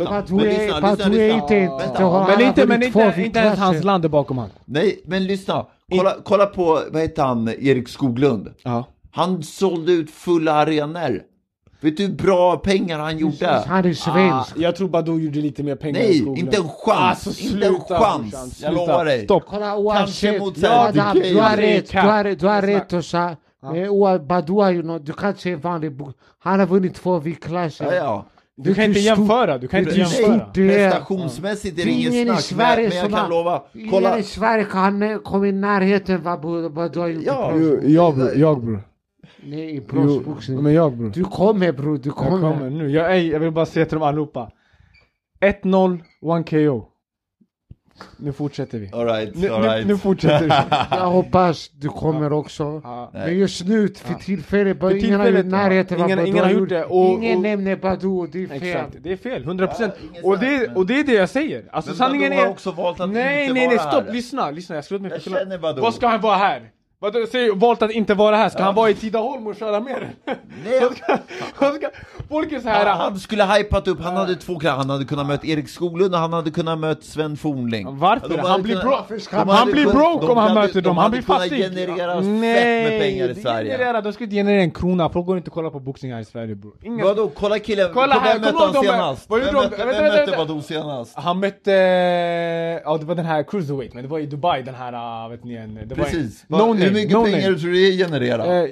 Men inte ens hans land är bakom han. Nej, men lyssna. Kolla på, vad heter han, Erik Skoglund. Han sålde ut fulla arenor. Vet du hur bra pengar han gjorde? Han är svensk. Jag tror Badou gjorde lite mer pengar. Nej, inte en chans. Inte en chans. Jag lovar dig. Stopp. Kanske mot du har rätt och så. Badou har ju något. Du kan inte säga vanlig. Han har vunnit 2 viktklasser. Ja. Du kan inte jämföra. Prestationsmässigt är det ingen snack. Men jag kan lova. Ingen i Sverige kan komma i närheten vad du har gjort. Jag bror. Nej, i proffsboxning. Men jag bror. Du kommer bror, du kommer. Jag kommer nu. Jag vill bara säga till dem allihopa. 1-0, 1 KO. Nu fortsätter vi. All right. Nu fortsätter vi. Jag hoppas du kommer också. Men just nu, för tillfället, ingen har gjort närheten. Ingen har gjort det. Ingen nämner Badou, det är fel. Exakt, det är fel, 100%. Och det är det jag säger. Alltså sanningen är... också valt att nej, stopp, lyssna. Jag skulle inte känner Badou. Vad ska han vara här? Vad säger valt att inte vara här? Ska han vara i Tidaholm och köra mer? Nej. Folk är så här. Han skulle hypat upp. Han hade 2 krav. Han hade kunnat möta Erik Skoglund och han hade kunnat möta Sven Fornling. Varför? Han blir broke om han möter dem. Han blir fattig. De generera fett med pengar i Sverige. De skulle inte generera en krona. Folk går inte kolla på boxning här i Sverige, bror. Vadå? Kolla killen. Vem mötte han senast? Vem mötte Badou senast? Han mötte... Ja, det var den här cruiserweight. Men det var i Dubai, den här, vet ni. Precis. Hur mycket pengar tror du det genererar?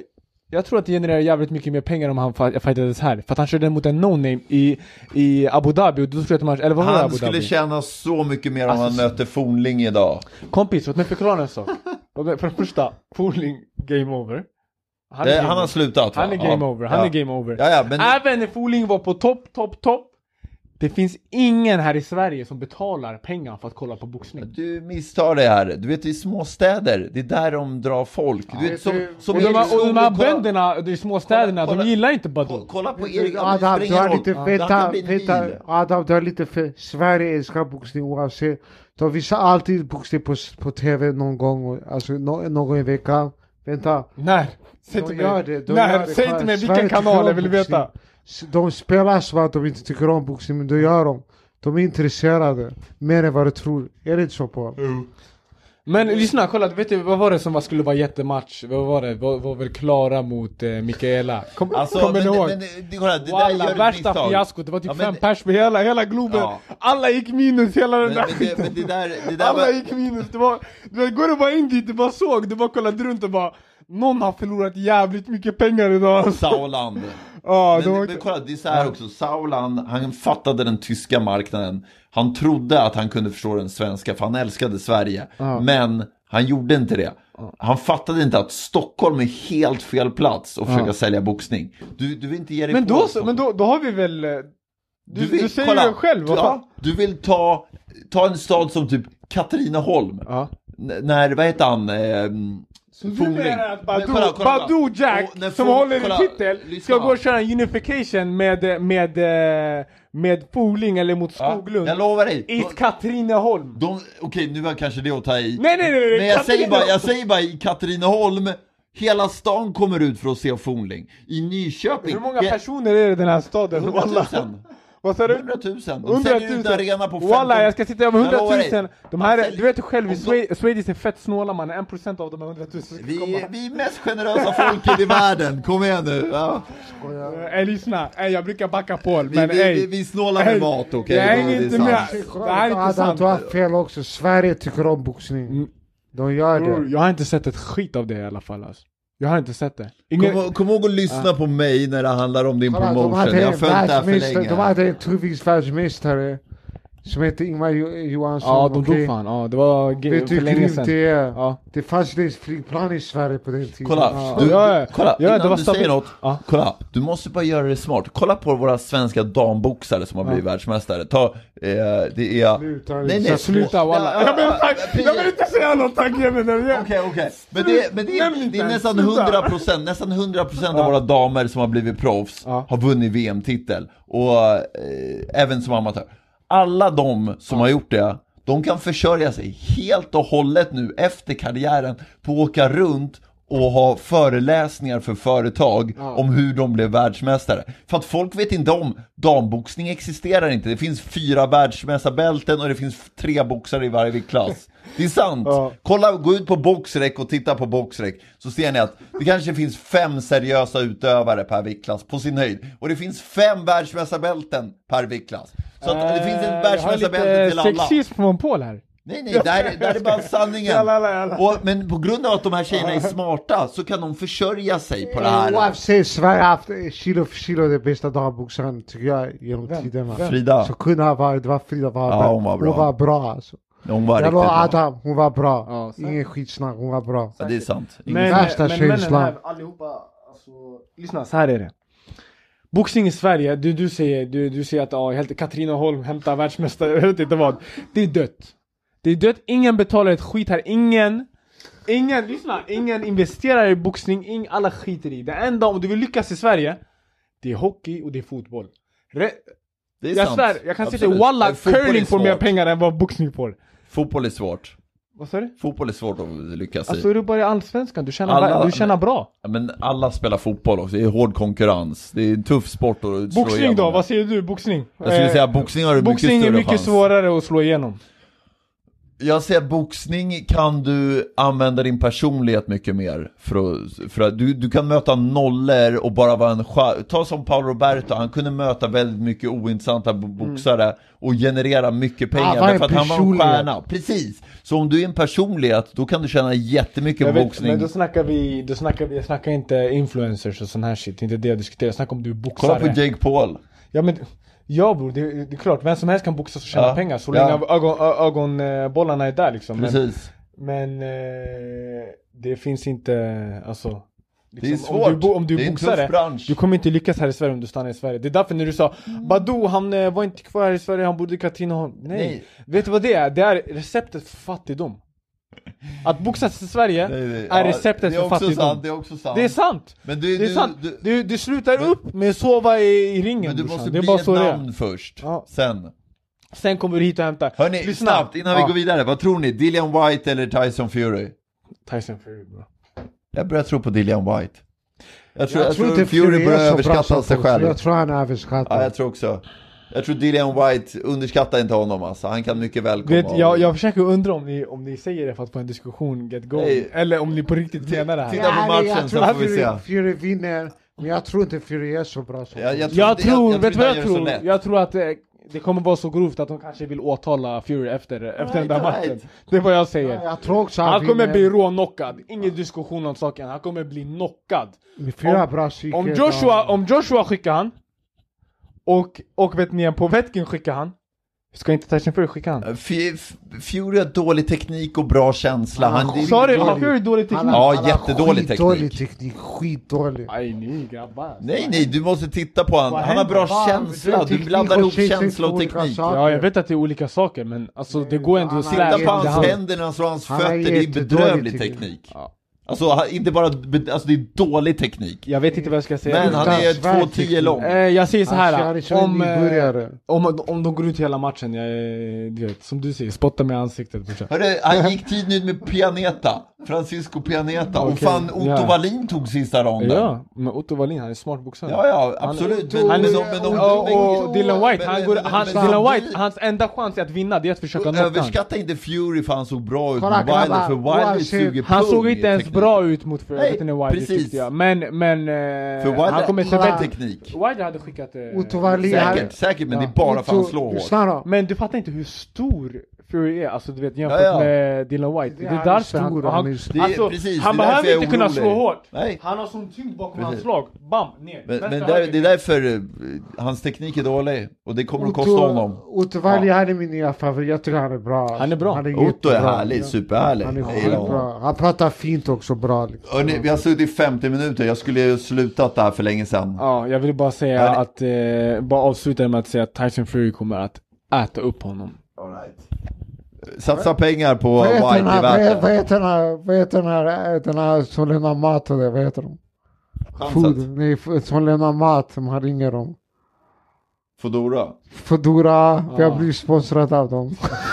Jag tror att det genererar jävligt mycket mer pengar om han fightades här. För att han körde mot en no-name i Abu Dhabi. Och då tror jag att eller vad var han Abu skulle Dhabi? Tjäna så mycket mer om han möter Fornling idag. Kompis, låt mig förklara en sak. För det första, Fornling game over. Han har slutat. Han är game over. Han är game over. Ja, men... Även när Fornling var på topp. Det finns ingen här i Sverige som betalar pengar för att kolla på boxning. Du misstar det här. Du vet, i småstäder, det är där de drar folk. Du vet, och de här bönderna i småstäderna, de gillar inte Badou. Kolla på Erik. Adam, du har lite Adam, du har lite för Sverige älskar boxning oavsett. De visar alltid boxning på tv någon gång. Alltså någon gång i veckan. Vänta. När? Säg till mig vilken kanal jag vill veta. De spelar som att de inte tycker om boxning, men det gör de. De är intresserade mer än vad du tror. Är det inte så på? Men lyssna, kolla, vet du vad var det som skulle vara jättematch? Vad var det? Var väl Klara mot Mikaela? Kommer ni ihåg? Det värsta fiaskot. Det var typ 5 pers på hela Globen. Ja. Alla gick minus hela den där skiten. Alla gick minus. Det går det bara in dit, du bara såg. Du bara kollade runt och bara, någon har förlorat jävligt mycket pengar idag. Sauland. Men kolla, det är så här också. Sauland, han fattade den tyska marknaden. Han trodde att han kunde förstå den svenska, för han älskade Sverige. Men han gjorde inte det. Han fattade inte att Stockholm är helt fel plats att försöka sälja boxning. Du vill inte ge dig men då har vi väl... Du säger kolla, ju själv. Du vill ta en stad som typ Katrineholm. När, vad heter han... Så du menar att Badou Jack som håller i titel ska gå och köra en unification med Fornling eller mot Skoglund? Jag lovar dig. I Katrineholm. Okej, nu var kanske det att ta i. Nej. Men jag säger bara i Katrineholm. Hela stan kommer ut för att se Fornling. I Nyköping. Hur många personer är det i den här staden? 100 000. Vad sa du? 100 000. De säljer ut arena på 15. Walla, jag ska sitta över 100 000. De här, du vet själv, Swedish är fett snåla, man. 1% av de här 100 000. Vi är mest generösa folket i världen. Kom igen nu. Ja. Lyssna. Jag brukar backa på. Men vi snålar med mat, okej? Jag hänger inte med. Det här är inte sant. Du har fel också. Sverige tycker om boxning. De gör det. Jag har inte sett ett skit av det i alla fall. Alltså. Jag har inte sett det. Kom ihåg att lyssna på mig när det handlar om din promotion. Jag har följt det här för länge. De hade en turvingsvärldsmästare som heter Ingmar Johansson. Ja, de dog fan. Ja, det var för länge sedan. Det fanns ett flygplan i Sverige på den tiden. Kolla, innan du säger något. Kolla, du måste bara göra det smart. Kolla på våra svenska damboxare som har blivit världsmästare. Det är... Sluta, walla. Jag vill inte säga något, tack. Okej. Men det är nästan 100%. Nästan 100% av våra damer som har blivit proffs har vunnit VM-titel. Och även som amatör. Alla de som har gjort det, de kan försörja sig helt och hållet nu efter karriären på att åka runt och ha föreläsningar för företag om hur de blev världsmästare. För att folk vet inte om, damboxning existerar inte. Det finns 4 världsmästarbälten och det finns 3 boxare i varje viktklass. Det är sant. Kolla, gå ut på Boxrec och titta på Boxrec, så ser ni att det kanske finns 5 seriösa utövare per viktklass på sin höjd. Och det finns 5 världsmästarbälten per viktklass. Så att det finns en världsmästarbälte till alla. Sexism från Paul här. Nej, där är bara sanningen. Men på grund av att de här tjejerna är smarta så kan de försörja sig på det här. Oavsett, Sverige har haft kilo för kilo det bästa damboxaren tycker jag genom tiden. Frida. Så kunde ha varit, det var Frida var hon var bra alltså. Hon var riktigt bra. Adam, hon var bra. Ingen skitsnack, hon var bra. Ja, det är sant. Men här, allihopa, alltså, lyssna, så här är det. Boxning i Sverige, du säger att helt Katrineholm hämtar världsmästare, jag vet inte vad. Det är dött. Ingen betalar ett skit här. Ingen investerar i boxning. Alla skiter i. Det enda, om du vill lyckas i Sverige, det är hockey och det är fotboll. Det är jag sant. svär, jag kan säga att walla, curling får mer pengar än vad boxning får. Fotboll är svårt. Vad sa du? Fotboll är svårt att lyckas i. Alltså är du bara i allsvenskan, du tjänar bra. Men alla spelar fotboll också, det är hård konkurrens. Det är en tuff sport att slå boxning igenom. Då, vad säger du? Boxning? Jag skulle säga boxning har boxning är mycket svårare att slå igenom. Jag säger boxning kan du använda din personlighet mycket mer för att du kan möta nollor och bara vara ta som Paolo Roberto, han kunde möta väldigt mycket ointressanta boxare och generera mycket pengar för att han var en stjärna. Precis. Så om du är en personlighet, då kan du tjäna jättemycket på boxning. Men då snackar inte influencers och sån här shit, inte det jag diskuterar. Jag snackar om du är boxare. Kolla på Jake Paul. Ja men ja bror, det är klart, vem som helst kan boxas och tjäna pengar så länge ögonbollarna är där liksom. Precis. Men det finns inte, alltså liksom, det är svårt. Om du är boxare, du kommer inte lyckas här i Sverige om du stannar i Sverige. Det är därför när du sa Badou, han var inte kvar här i Sverige, han bodde i Katrineholm. Nej. Vet du vad det är? Det är receptet för fattigdom. Att boxas i Sverige är receptet för fattigdom. Det är också sant. Det är sant. Men du slutar upp med att sova i ringen. Men du måste bli ett namn först. Ja. Sen kommer du hit och hämtar. Hörni, snabbt innan vi går vidare. Vad tror ni? Dillian White eller Tyson Fury? Tyson Fury, bro. Jag börjar tro på Dillian White. Jag tror inte Fury börjar överskatta sig själv. Jag tror han är överskattad. Ja, jag tror också. Jag tror Dillian White underskattar inte honom alltså. Han kan mycket väl komma. Jag försöker undra om ni säger det för att få en diskussion get going. Nej. Eller om ni på riktigt menar det här. Titta på matchen så får vi se. Fury vinner. Men jag tror inte Fury är så bra som jag tror att det kommer vara så grovt att de kanske vill åtala Fury efter den där matchen. Det är vad jag säger. Jag tror också han kommer bli råknockad. Ingen diskussion om saken. Han kommer bli knockad. Om Joshua skickar han och vet ni, på Vetkin skickar han. Ska inte Tyson Fury skicka han? Fury har dålig teknik och bra känsla. Har Fury dålig teknik? Ja, jättedålig teknik. Skitdålig. Nej, grabbar. Nej, du måste titta på han. Han har bra känsla. Du blandar ihop känsla och teknik. Ja, jag vet att det är olika saker, men alltså det går ändå att titta på hans händer och hans fötter. Det är bedrövlig teknik. Alltså inte bara, alltså det är dålig teknik. Jag vet inte vad jag ska säga. Men han är 2,10 lång. Jag säger så här. Om de går ut hela matchen, du vet, som du säger, spotta med ansiktet. Hörru, han gick tid nu med Pianeta, Francisco Pianeta. Och fan, Otto Wallin tog sista ronden. Ja, men Otto Wallin, han är smart boxare. Ja, absolut. Och Dillian White, hans enda chans att vinna, det är att försöka knocka han. Överskatta inte Fury för han såg bra ut mot Wilder, för Wilder suger pung. Han såg inte ens bra ut mot Wilder, tyckte jag. Men för Wilder, han kommer till bättre teknik. Wilder hade skickat säkert, men det är bara för att han slår hårt. Men du fattar inte hur stor Fury är, alltså du vet, jämfört med Dillian White. Det är därför han behöver inte kunna slå hårt. Nej. Han har sån tyngd bakom hans slag. Bam, ner. Men det är därför hans teknik är dålig. Och det kommer att kosta honom. Otto Wallin, han är min nya favorit. Jag tycker han är bra. Han är bra. Otto är härlig, superhärlig. Han är bra. Han pratar fint också, bra. Liksom. Hörrni, vi har suttit i 50 minuter. Jag skulle ju slutat där för länge sedan. Ja, jag vill bara säga att bara avsluta med att säga att Tyson Fury kommer att äta upp honom. All right. Satsa pengar på White i världen. Vad heter den här som lämnar mat och det? Vad heter de? Nej, som lämnar mat som han ringer dem. Fodora. Vi har blivit sponsrade av dem.